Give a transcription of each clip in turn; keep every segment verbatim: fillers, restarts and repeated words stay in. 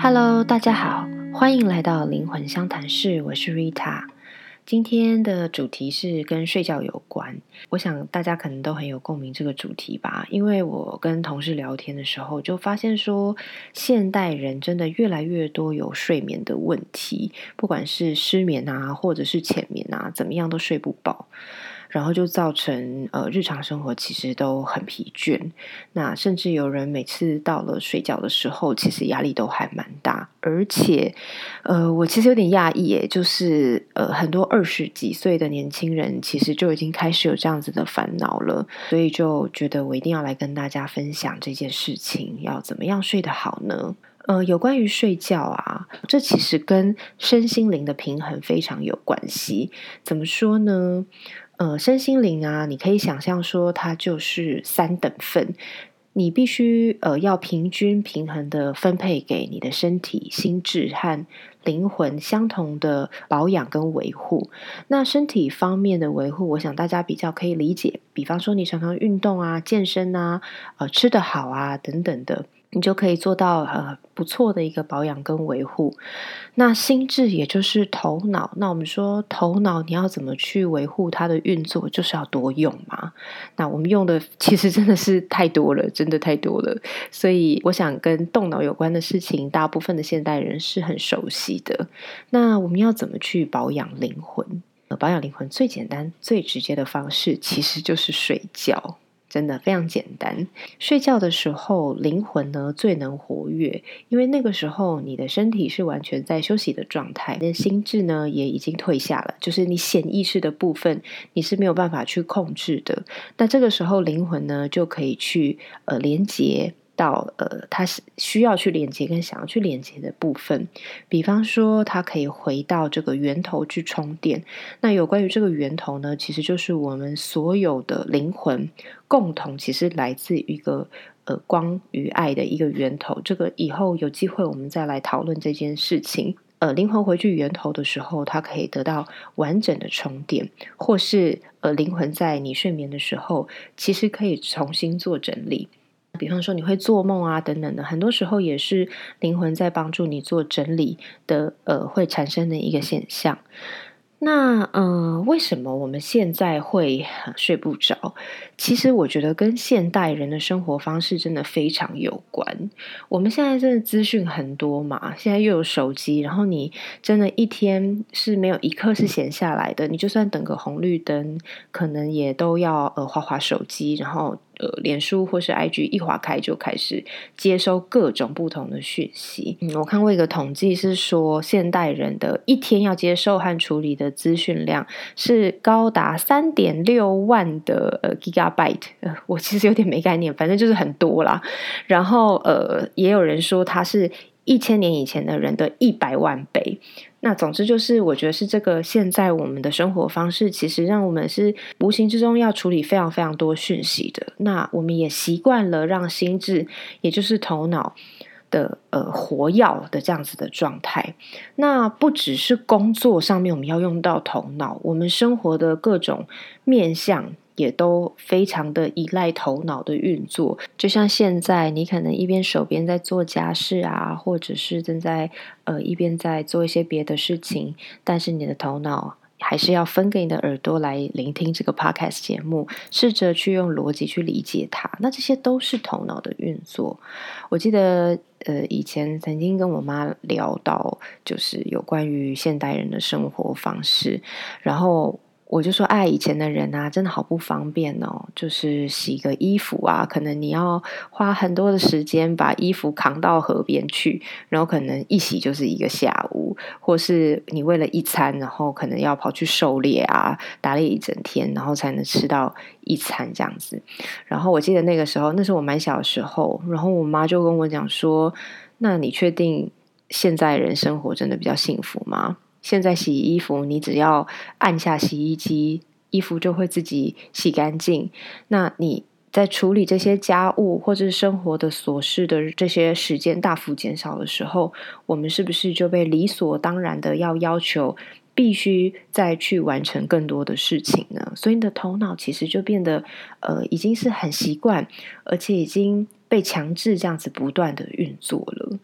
Hello， 大家好，欢迎来到灵魂相谈室，我是 Rita。今天的主题是跟睡觉有关，我想大家可能都很有共鸣这个主题吧，因为我跟同事聊天的时候就发现说，现代人真的越来越多有睡眠的问题，不管是失眠啊，或者是浅眠啊，怎么样都睡不饱。然后就造成呃日常生活其实都很疲倦，那甚至有人每次到了睡觉的时候，其实压力都还蛮大，而且呃我其实有点讶异耶，就是呃很多二十几岁的年轻人其实就已经开始有这样子的烦恼了，所以就觉得我一定要来跟大家分享这件事情，要怎么样睡得好呢？呃，有关于睡觉啊，这其实跟身心灵的平衡非常有关系。怎么说呢？呃，身心灵啊，你可以想象说它就是三等份，你必须呃要平均平衡的分配给你的身体、心智和灵魂相同的保养跟维护。那身体方面的维护，我想大家比较可以理解，比方说你常常运动啊、健身啊、呃吃得好啊等等的。你就可以做到呃不错的一个保养跟维护。那心智也就是头脑，那我们说头脑你要怎么去维护它的运作，就是要多用嘛。那我们用的其实真的是太多了，真的太多了。所以我想跟动脑有关的事情，大部分的现代人是很熟悉的。那我们要怎么去保养灵魂？保养灵魂最简单、最直接的方式，其实就是睡觉。真的非常简单，睡觉的时候灵魂呢最能活跃，因为那个时候你的身体是完全在休息的状态，那心智呢也已经退下了，就是你显意识的部分你是没有办法去控制的。那这个时候灵魂呢就可以去呃连接到呃，他是需要去连接跟想要去连接的部分，比方说他可以回到这个源头去充电。那有关于这个源头呢，其实就是我们所有的灵魂共同其实来自一个呃光与爱的一个源头。这个以后有机会我们再来讨论这件事情。呃，灵魂回去源头的时候，它可以得到完整的充电，或是呃灵魂在你睡眠的时候，其实可以重新做整理。比方说你会做梦啊等等的，很多时候也是灵魂在帮助你做整理的呃会产生的一个现象。那嗯、呃，为什么我们现在会睡不着？其实我觉得跟现代人的生活方式真的非常有关。我们现在真的资讯很多嘛，现在又有手机，然后你真的一天是没有一刻是闲下来的。你就算等个红绿灯，可能也都要呃滑滑手机，然后呃脸书或是 I G 一滑开就开始接收各种不同的讯息。嗯，我看过一个统计是说，现代人的一天要接受和处理的资讯量是高达 三点六万的呃 gigabyte，呃，我其实有点没概念，反正就是很多啦。然后呃，也有人说它是一千年以前的人的一百万倍。那总之就是，我觉得是这个现在我们的生活方式，其实让我们是无形之中要处理非常非常多讯息的。那我们也习惯了让心智，也就是头脑的呃活跃的这样子的状态。那不只是工作上面我们要用到头脑，我们生活的各种面向也都非常的依赖头脑的运作。就像现在你可能一边手边在做家事啊，或者是正在呃一边在做一些别的事情，但是你的头脑还是要分给你的耳朵来聆听这个 podcast 节目，试着去用逻辑去理解它。那这些都是头脑的运作。我记得呃以前曾经跟我妈聊到，就是有关于现代人的生活方式，然后我就说，哎，以前的人啊，真的好不方便哦。就是洗个衣服啊，可能你要花很多的时间把衣服扛到河边去，然后可能一洗就是一个下午，或是你为了一餐，然后可能要跑去狩猎啊，打猎一整天，然后才能吃到一餐这样子。然后我记得那个时候，那是我蛮小的时候，然后我妈就跟我讲说，那你确定现在人生活真的比较幸福吗？现在洗衣服，你只要按下洗衣机，衣服就会自己洗干净。那你在处理这些家务或者是生活的琐事的这些时间大幅减少的时候，我们是不是就被理所当然的要要求必须再去完成更多的事情呢？所以你的头脑其实就变得呃，已经是很习惯，而且已经被强制这样子不断的运作了。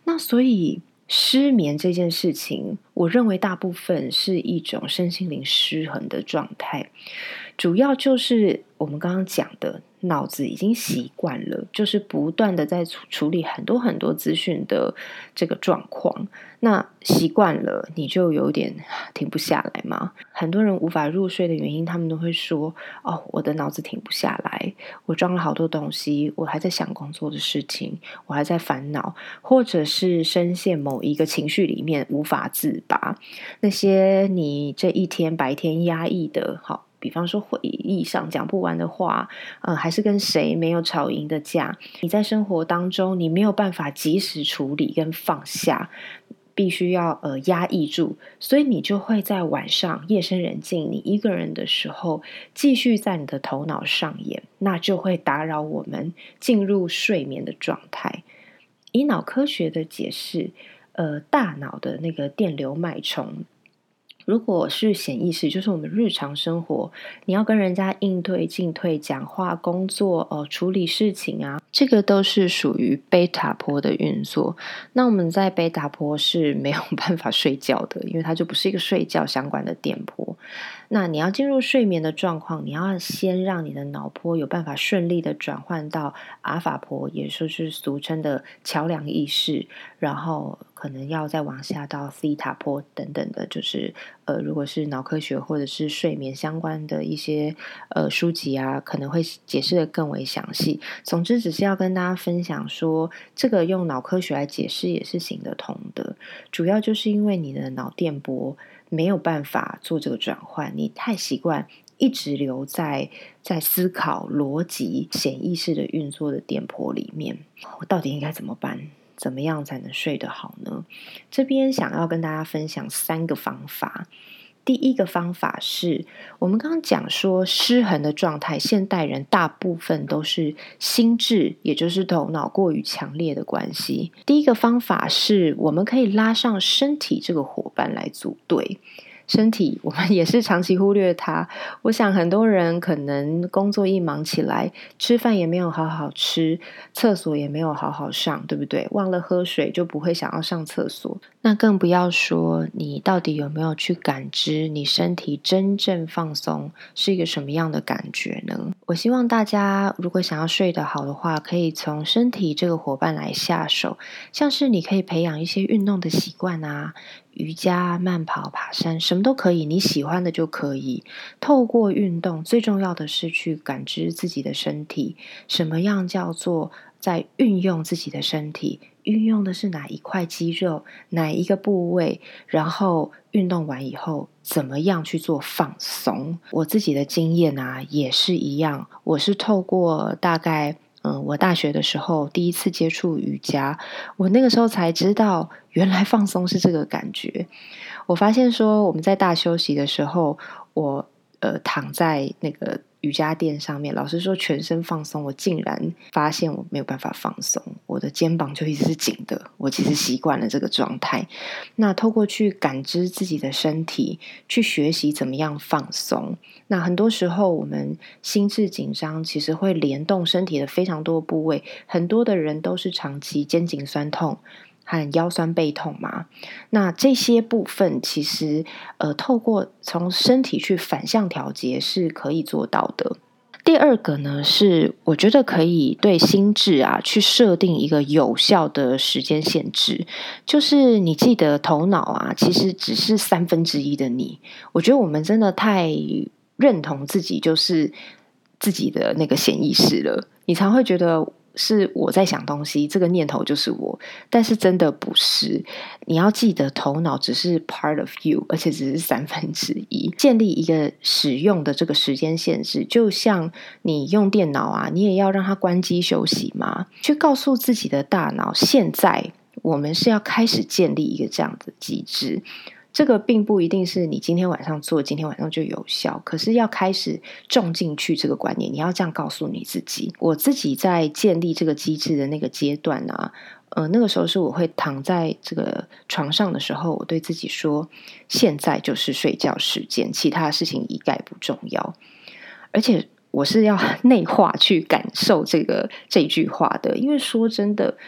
那所以失眠这件事情，我认为大部分是一种身心灵失衡的状态，主要就是我们刚刚讲的，脑子已经习惯了，就是不断的在处理很多很多资讯的这个状况。那习惯了，你就有点停不下来嘛。很多人无法入睡的原因，他们都会说：“哦，我的脑子停不下来，我装了好多东西，我还在想工作的事情，我还在烦恼，或者是深陷某一个情绪里面无法自拔。那些你这一天白天压抑的，好。”比方说会议上讲不完的话，呃，还是跟谁没有吵赢的架，你在生活当中你没有办法及时处理跟放下，必须要呃压抑住，所以你就会在晚上夜深人静，你一个人的时候，继续在你的头脑上演，那就会打扰我们进入睡眠的状态。以脑科学的解释，呃，大脑的那个电流脉冲。如果是潜意识，就是我们日常生活，你要跟人家应对进退、讲话、工作、呃处理事情啊，这个都是属于贝塔波的运作。那我们在贝塔波是没有办法睡觉的，因为它就不是一个睡觉相关的电波。那你要进入睡眠的状况，你要先让你的脑波有办法顺利的转换到阿法波，也就是俗称的桥梁意识，然后可能要再往下到西塔波等等的，就是呃，如果是脑科学或者是睡眠相关的一些呃书籍啊，可能会解释的更为详细。总之，只是要跟大家分享说，这个用脑科学来解释也是行得通的，主要就是因为你的脑电波没有办法做这个转换，你太习惯一直留在在思考逻辑潜意识的运作的电波里面，我到底应该怎么办？怎么样才能睡得好呢？这边想要跟大家分享三个方法。第一个方法是我们刚刚讲说失衡的状态，现代人大部分都是心智，也就是头脑过于强烈的关系。第一个方法是我们可以拉上身体这个伙伴来组队。身体我们也是长期忽略它，我想很多人可能工作一忙起来，吃饭也没有好好吃，厕所也没有好好上，对不对？忘了喝水就不会想要上厕所，那更不要说你到底有没有去感知你身体真正放松是一个什么样的感觉呢？我希望大家如果想要睡得好的话，可以从身体这个伙伴来下手，像是你可以培养一些运动的习惯啊，瑜伽、慢跑、爬山，什么都可以，你喜欢的就可以。透过运动，最重要的是去感知自己的身体，什么样叫做在运用自己的身体，运用的是哪一块肌肉，哪一个部位，然后运动完以后怎么样去做放松。我自己的经验啊也是一样，我是透过大概嗯，我大学的时候第一次接触瑜伽，我那个时候才知道原来放松是这个感觉。我发现说我们在大休息的时候，我呃躺在那个瑜伽垫上面，老师说全身放松，我竟然发现我没有办法放松，我的肩膀就一直是紧的，我其实习惯了这个状态。那透过去感知自己的身体，去学习怎么样放松。那很多时候我们心智紧张，其实会联动身体的非常多部位，很多的人都是长期肩颈酸痛和腰酸背痛嘛，那这些部分其实呃，透过从身体去反向调节是可以做到的。第二个呢，是我觉得可以对心智啊去设定一个有效的时间限制，就是你记得头脑啊其实只是三分之一的你。我觉得我们真的太认同自己就是自己的那个潜意识了，你常会觉得是我在想东西，这个念头就是我，但是真的不是。你要记得头脑只是 part of you， 而且只是三分之一。建立一个使用的这个时间限制，就像你用电脑啊，你也要让它关机休息嘛，去告诉自己的大脑，现在我们是要开始建立一个这样的机制。这个并不一定是你今天晚上做，今天晚上就有效，可是要开始种进去这个观念，你要这样告诉你自己。我自己在建立这个机制的那个阶段啊，呃，那个时候是我会躺在这个床上的时候，我对自己说，现在就是睡觉时间，其他的事情一概不重要。而且我是要内化去感受这个这句话的，因为说真的，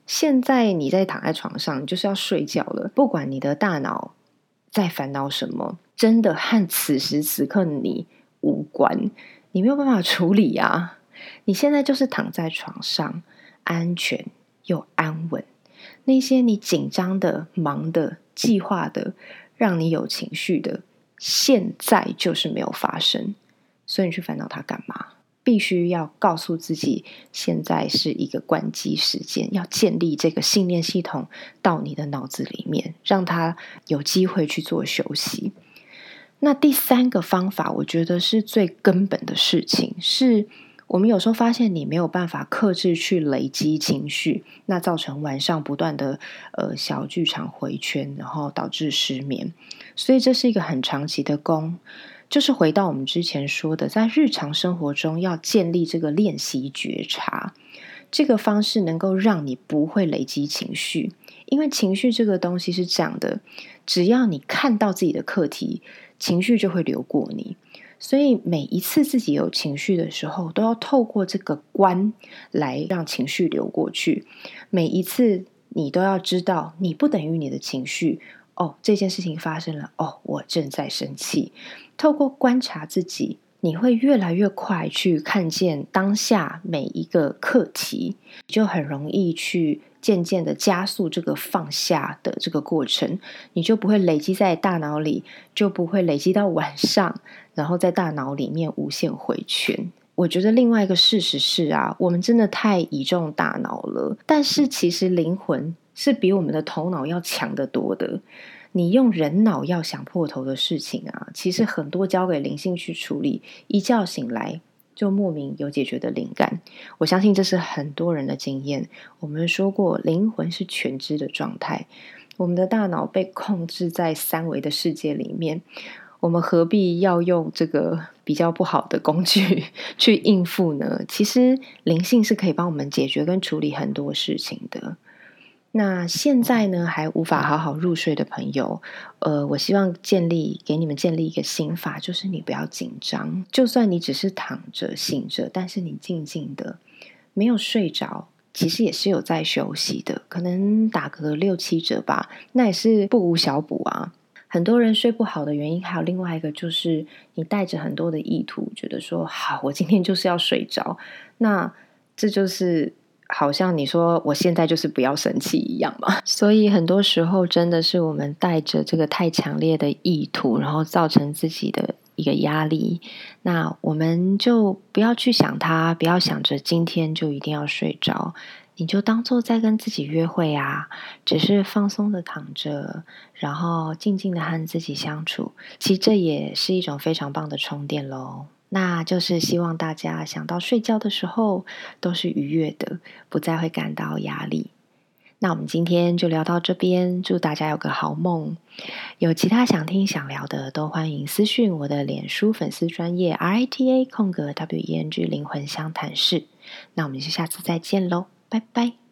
现在你在躺在床上，你就是要睡觉了，不管你的大脑在烦恼什么，真的和此时此刻你无关，你没有办法处理啊。你现在就是躺在床上，安全又安稳，那些你紧张的、忙的、计划的，让你有情绪的，现在就是没有发生，所以你去烦恼它干嘛？必须要告诉自己，现在是一个关机时间，要建立这个信念系统到你的脑子里面，让它有机会去做休息。那第三个方法，我觉得是最根本的事情，是我们有时候发现你没有办法克制去累积情绪，那造成晚上不断的呃小剧场回圈，然后导致失眠。所以这是一个很长期的功。就是回到我们之前说的，在日常生活中要建立这个练习觉察，这个方式能够让你不会累积情绪。因为情绪这个东西是这样的，只要你看到自己的课题，情绪就会流过你。所以每一次自己有情绪的时候，都要透过这个关来让情绪流过去。每一次你都要知道，你不等于你的情绪。哦，这件事情发生了，哦，我正在生气。透过观察自己，你会越来越快去看见当下每一个课题，就很容易去渐渐的加速这个放下的这个过程，你就不会累积在大脑里，就不会累积到晚上，然后在大脑里面无限回圈。我觉得另外一个事实是啊，我们真的太倚重大脑了，但是其实灵魂是比我们的头脑要强得多的。你用人脑要想破头的事情啊，其实很多交给灵性去处理，一觉醒来就莫名有解决的灵感。我相信这是很多人的经验。我们说过，灵魂是全知的状态，我们的大脑被控制在三维的世界里面，我们何必要用这个比较不好的工具去应付呢？其实灵性是可以帮我们解决跟处理很多事情的。那现在呢，还无法好好入睡的朋友，呃，我希望建立给你们建立一个心法，就是你不要紧张，就算你只是躺着醒着，但是你静静的没有睡着，其实也是有在休息的，可能打个六七折吧，那也是不无小补啊。很多人睡不好的原因还有另外一个，就是你带着很多的意图，觉得说好，我今天就是要睡着，那这就是好像你说我现在就是不要生气一样嘛。所以很多时候真的是我们带着这个太强烈的意图，然后造成自己的一个压力，那我们就不要去想它，不要想着今天就一定要睡着，你就当作在跟自己约会啊，只是放松的躺着，然后静静的和自己相处，其实这也是一种非常棒的充电咯。那就是希望大家想到睡觉的时候都是愉悦的，不再会感到压力。那我们今天就聊到这边，祝大家有个好梦。有其他想听想聊的，都欢迎私讯我的脸书粉丝专页 R I T A 空格 W E N G 灵魂相谈室。那我们就下次再见咯，拜拜。